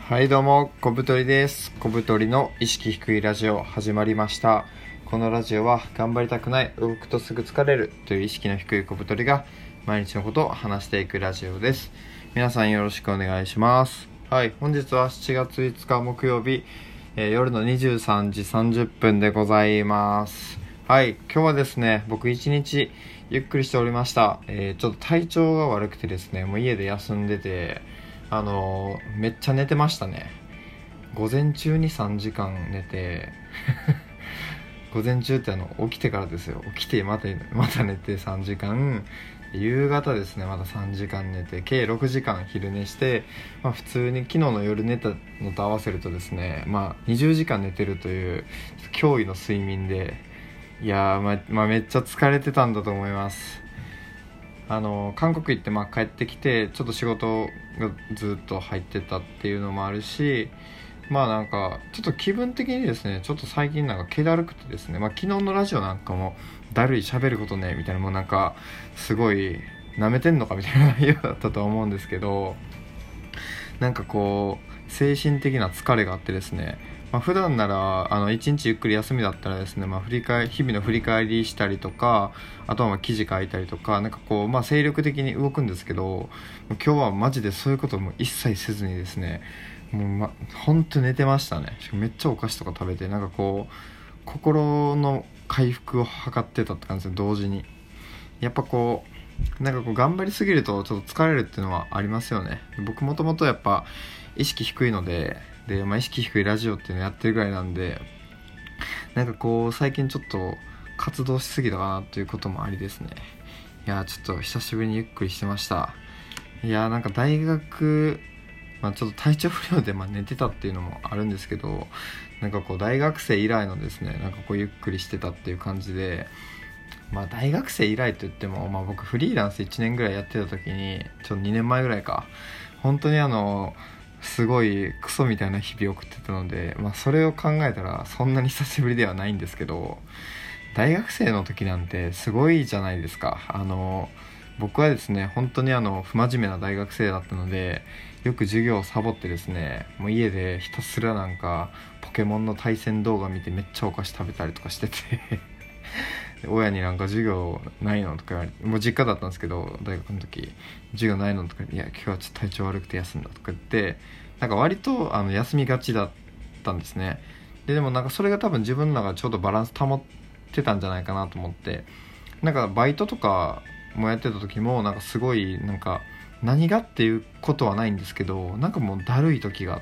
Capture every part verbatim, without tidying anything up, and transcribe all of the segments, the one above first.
はいどうも、小太りです。小太りの意識低いラジオ始まりました。このラジオは頑張りたくない、動くとすぐ疲れるという意識の低い小太りが毎日のことを話していくラジオです。皆さんよろしくお願いします。はい、本日はしちがついつか木曜日、えー、夜のにじゅうさんじさんじゅっぷんでございます。はい、今日はですね、僕一日ゆっくりしておりました。えー、ちょっと体調が悪くてですね、もう家で休んでて、あのー、めっちゃ寝てましたね。午前中にさんじかん寝て午前中ってあの起きてからですよ。起きてまたまた寝てさんじかん、夕方ですねまたさんじかん寝て、計ろくじかん昼寝して、まあ、普通に昨日の夜寝たのと合わせるとですね、まあ、にじゅうじかん寝てるという驚異の睡眠で、いやー、まあ、まあめっちゃ疲れてたんだと思います。あの韓国行ってまあ帰ってきてちょっと仕事がずっと入ってたっていうのもあるし、まあなんかちょっと気分的にですね、ちょっと最近なんか気だるくてですね、まあ昨日のラジオなんかもだるい喋ることねみたいな、もうなんかすごい舐めてんのかみたいな内容だったと思うんですけど、なんかこう精神的な疲れがあってですね、まあ、普段ならあの一日ゆっくり休みだったらですね、まあ、振り返日々の振り返りしたりとか、あとはまあ記事書いたりとか、なんかこう、まあ、精力的に動くんですけど、今日はマジでそういうことも一切せずにですね、もう、ま、ほんと寝てましたね。しかもめっちゃお菓子とか食べて、なんかこう心の回復を図ってたって感じです。同時にやっぱこうなんかこう頑張りすぎるとちょっと疲れるっていうのはありますよね。僕もともとやっぱ意識低いので、で、まあ、意識低いラジオっていうのやってるぐらいなんで、なんかこう最近ちょっと活動しすぎたかなということもありですね。いやちょっと久しぶりにゆっくりしてました。いやなんか大学、まあ、ちょっと体調不良でまあ寝てたっていうのもあるんですけど、なんかこう大学生以来のですね、なんかこうゆっくりしてたっていう感じで、まあ大学生以来といっても、まあ僕フリーランスいちねんぐらいやってた時に、ちょっとにねんまえぐらいか、本当にあのすごいクソみたいな日々を送ってたので、まあそれを考えたらそんなに久しぶりではないんですけど、大学生の時なんてすごいじゃないですか。あの僕はですね、本当にあの不真面目な大学生だったので、よく授業をサボってですね、もう家でひたすらなんかポケモンの対戦動画見てめっちゃお菓子食べたりとかしてて親になんか授業ないのとか言われて、もう実家だったんですけど、大学の時授業ないのとか、いや今日はちょっと体調悪くて休んだとか言って、なんか割とあの休みがちだったんですね。ででもなんかそれが多分自分の中でちょうどバランス保ってたんじゃないかなと思って、なんかバイトとかもやってた時もなんかすごいなんか何がっていうことはないんですけど、なんかもうだるい時があって、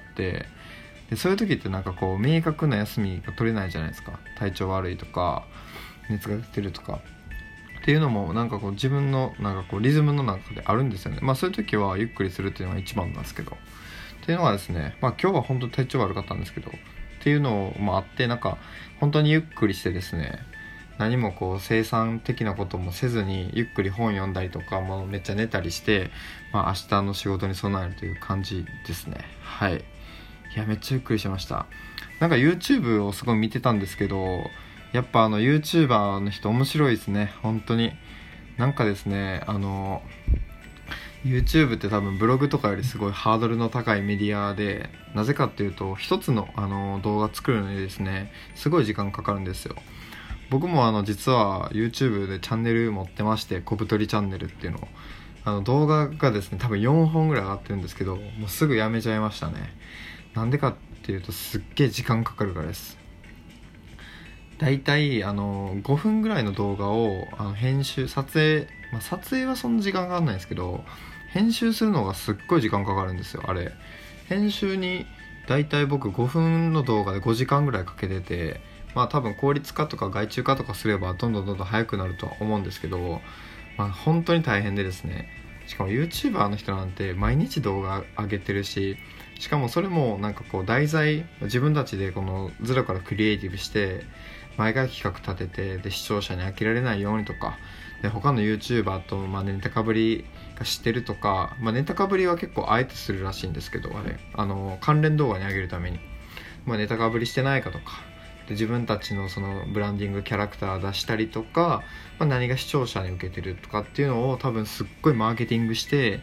でそういう時ってなんかこう明確な休みが取れないじゃないですか。体調悪いとか熱が出てるとかっていうのもなんかこう自分のなんかこうリズムの中であるんですよね。まあそういう時はゆっくりするっていうのが一番なんですけど、っていうのはですね、まあ今日は本当に体調悪かったんですけどっていうのもあって、なんか本当にゆっくりしてですね、何もこう生産的なこともせずにゆっくり本読んだりとか、もうめっちゃ寝たりして、まあ明日の仕事に備えるという感じですね。はい。いやめっちゃゆっくりしました。なんか YouTube をすごい見てたんですけど、やっぱあの YouTuber の人面白いですね。本当になんかですね、あの YouTube って多分ブログとかよりすごいハードルの高いメディアで、なぜかっていうと一つのあの動画作るのにですね、すごい時間かかるんですよ。僕もあの実は YouTube でチャンネル持ってまして、小太りチャンネルっていうのを、あの動画がですね多分よんほんぐらい上がってるんですけど、もうすぐやめちゃいましたね。なんでかっていうとすっげえ時間かかるからです。だいたいあのごふんぐらいの動画をあの編集撮影、まあ、撮影はそんな時間かかんないんですけど、編集するのがすっごい時間かかるんですよ。あれ編集にだいたい僕ごふんの動画でごじかんぐらいかけてて、まあ多分効率化とか外注化とかすればどんどんどんどん速くなるとは思うんですけど、まあ本当に大変でですね、しかも YouTuber の人なんて毎日動画上げてるし、しかもそれもなんかこう題材自分たちでこのゼロからクリエイティブして毎回企画立てて、で視聴者に飽きられないようにとかで、他の YouTuber とまあネタかぶりがしてるとか、まあ、ネタかぶりは結構あえてするらしいんですけど、あれあの関連動画に上げるために、まあ、ネタかぶりしてないかとかで、自分たちのそのブランディングキャラクター出したりとか、まあ、何が視聴者に受けてるとかっていうのを多分すっごいマーケティングして、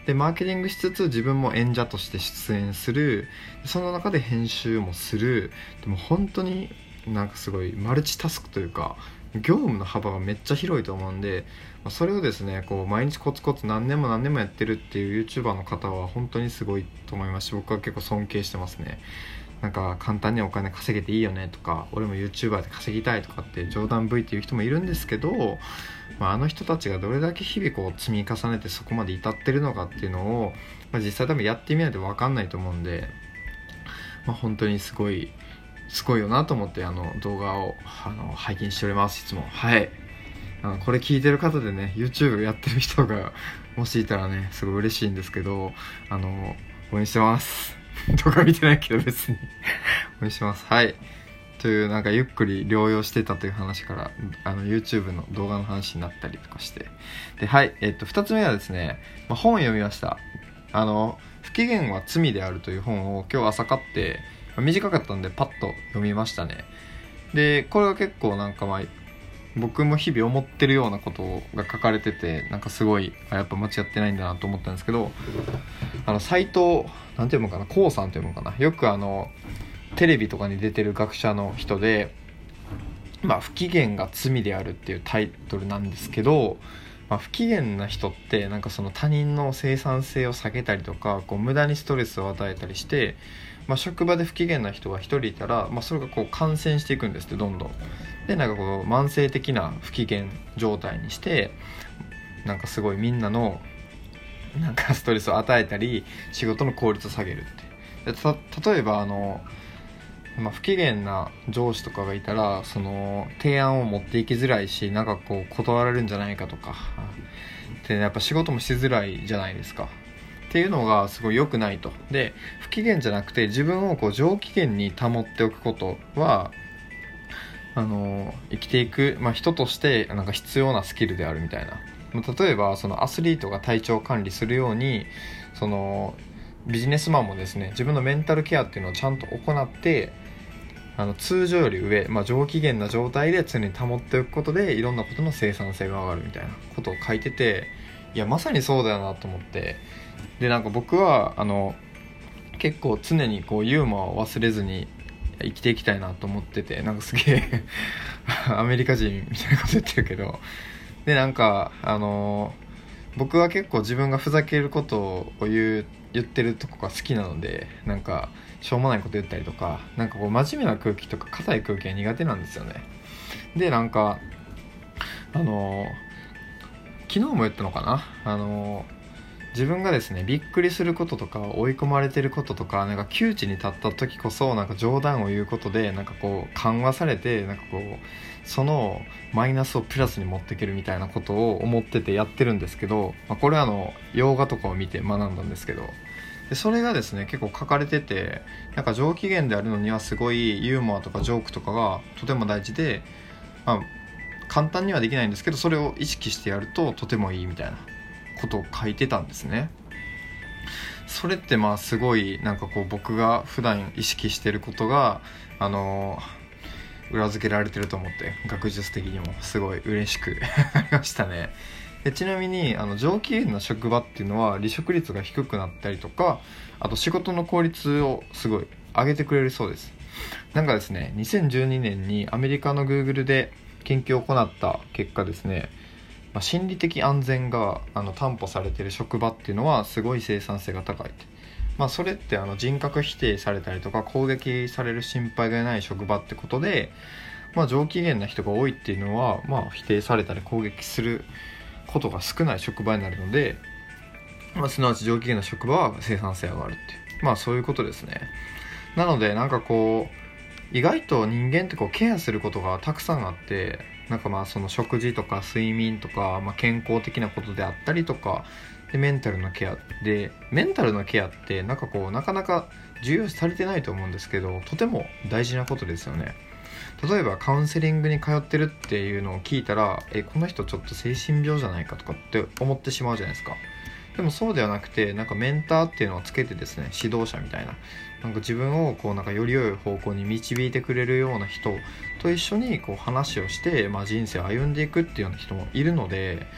でマーケティングしつつ自分も演者として出演する、その中で編集もする。でも本当になんかすごいマルチタスクというか業務の幅がめっちゃ広いと思うんで、それをですねこう毎日コツコツ何年も何年もやってるっていう YouTuber の方は本当にすごいと思いますし、僕は結構尊敬してますね。なんか簡単にお金稼げていいよねとか、俺も YouTuber で稼ぎたいとかって冗談 V っていう人もいるんですけど、まあ、あの人たちがどれだけ日々こう積み重ねてそこまで至ってるのかっていうのを、まあ、実際多分やってみないと分かんないと思うんで、まあ、本当にすごいすごいよなと思ってあの動画をあの拝見しております。いつもはいあのこれ聞いてる方でね YouTube やってる人がもしいたらねすごい嬉しいんですけど、あの応援してますとか見てないけど別に応援してます。はいというなんかゆっくり療養してたという話からあの YouTube の動画の話になったりとかして、ではいえっとふたつめはですね、まあ、本を読みました。あの不機嫌は罪であるという本を今日朝買って、まあ、短かったんでパッと読みましたね。でこれは結構なんかまあ僕も日々思ってるようなことが書かれてて、なんかすごいあやっぱ間違ってないんだなと思ったんですけど、あの斎藤なんていうのかなこうさんというのかな、よくあのテレビとかに出てる学者の人で、まあ、不機嫌が罪であるっていうタイトルなんですけど、まあ、不機嫌な人ってなんかその他人の生産性を下げたりとかこう無駄にストレスを与えたりして、まあ、職場で不機嫌な人が一人いたら、まあ、それがこう感染していくんですってどんどん。でなんかこう慢性的な不機嫌状態にして、なんかすごいみんなのなんかストレスを与えたり仕事の効率を下げるって。でた例えばあのまあ、不機嫌な上司とかがいたらその提案を持っていきづらいし、なんかこう断られるんじゃないかとかでやっぱ仕事もしづらいじゃないですかっていうのがすごい良くないと。で不機嫌じゃなくて自分をこう上機嫌に保っておくことはあの生きていく、まあ、人としてなんか必要なスキルであるみたいな。例えばそのアスリートが体調管理するようにそのビジネスマンもですね自分のメンタルケアっていうのをちゃんと行ってあの通常より上、まあ、上機嫌な状態で常に保っておくことでいろんなことの生産性が上がるみたいなことを書いてて、いやまさにそうだよなと思って、でなんか僕はあの結構常にこうユーモアを忘れずに生きていきたいなと思ってて、なんかすげえアメリカ人みたいなこと言ってるけど、でなんかあの僕は結構自分がふざけることを言う言ってるとこが好きなので、なんかしょうもないこと言ったりとか、なんかこう真面目な空気とか硬い空気が苦手なんですよね。でなんかあの昨日も言ったのかな、あの自分がですねびっくりすることとか追い込まれてることとか、なんか窮地に立った時こそなんか冗談を言うことでなんかこう緩和されて、なんかこうそのマイナスをプラスに持っていけるみたいなことを思っててやってるんですけど、まあ、これはあの洋画とかを見て学んだんですけど、でそれがですね結構書かれてて、なんか上機嫌であるのにはすごいユーモアとかジョークとかがとても大事で、まあ、簡単にはできないんですけどそれを意識してやるととてもいいみたいなことを書いてたんですね。それってまあすごいなんかこう僕が普段意識してることがあの裏付けられてると思って、学術的にもすごい嬉しくなりましたね。でちなみにあの上機嫌な職場っていうのは離職率が低くなったりとか、あと仕事の効率をすごい上げてくれるそうです。なんかですねにせんじゅうにねんにアメリカの Google で研究を行った結果ですね、まあ、心理的安全があの担保されている職場っていうのはすごい生産性が高いって、まあ、それってあの人格否定されたりとか攻撃される心配がない職場ってことで、まあ、上機嫌な人が多いっていうのは、まあ、否定されたり攻撃することが少ない職場になるので、まあ、すなわち上機嫌な職場は生産性が上がるっていう、まあそういうことですね。なのでなんかこう意外と人間ってこうケアすることがたくさんあって、なんかまあその食事とか睡眠とか、まあ、健康的なことであったりとかでメンタルのケアで、メンタルのケアってなんかこうなかなか重要視されてないと思うんですけど、とても大事なことですよね。例えばカウンセリングに通ってるっていうのを聞いたら、えこの人ちょっと精神病じゃないかとかって思ってしまうじゃないですか。でもそうではなくて、なんかメンターっていうのをつけてですね、指導者みたいな、なんか自分をこうなんかより良い方向に導いてくれるような人と一緒にこう話をして、まあ、人生を歩んでいくっていうような人もいるので、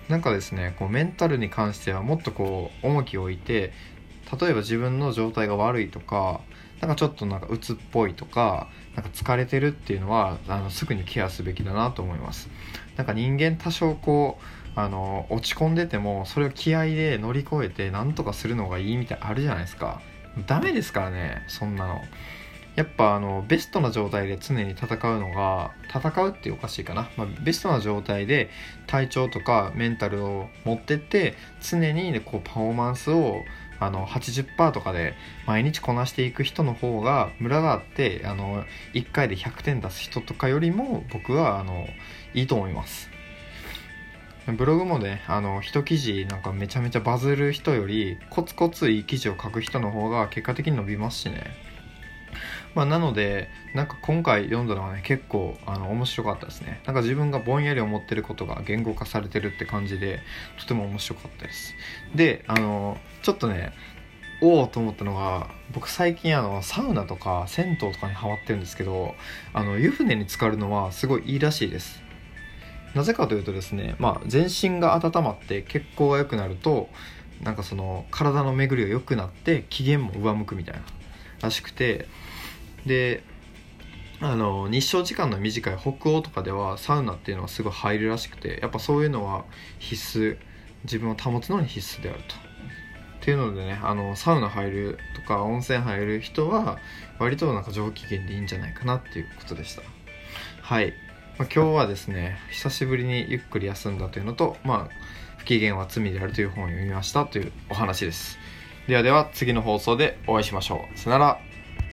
なんかですねこうメンタルに関してはもっとこう重きを置いて、例えば自分の状態が悪いとか、なんかちょっとなんか鬱っぽいとか、なんか疲れてるっていうのはあのすぐにケアすべきだなと思います。なんか人間多少こうあの落ち込んでてもそれを気合で乗り越えてなんとかするのがいいみたいあるじゃないですか。ダメですからねそんなの。やっぱあのベストな状態で常に戦うのが、戦うっておかしいかな、まあ、ベストな状態で体調とかメンタルを持ってって常にこうパフォーマンスをあの はちじゅっパーセント とかで毎日こなしていく人の方がムラがあって、あのいっかいでひゃくてん出す人とかよりも僕はあのいいと思います。ブログもね、あの一記事なんかめちゃめちゃバズる人よりコツコツいい記事を書く人の方が結果的に伸びますしね。まあ、なのでなんか今回読んだのはね結構あの面白かったですね。なんか自分がぼんやり思ってることが言語化されてるって感じでとても面白かったです。であのちょっとねおおと思ったのが、僕最近あのサウナとか銭湯とかにハマってるんですけど、あの湯船に浸かるのはすごいいいらしいです。なぜかというとですね、まあ、全身が温まって血行が良くなるとなんかその体の巡りが良くなって機嫌も上向くみたいならしくて、であの日照時間の短い北欧とかではサウナっていうのはすごい入るらしくて、やっぱそういうのは必須、自分を保つのに必須であると。っていうのでね、あのサウナ入るとか温泉入る人は割となんか上機嫌でいいんじゃないかなっていうことでした。はい、まあ、今日はですね久しぶりにゆっくり休んだというのと、まあ、不機嫌は罪であるという本を読みましたというお話です。ではでは次の放送でお会いしましょう。さよなら。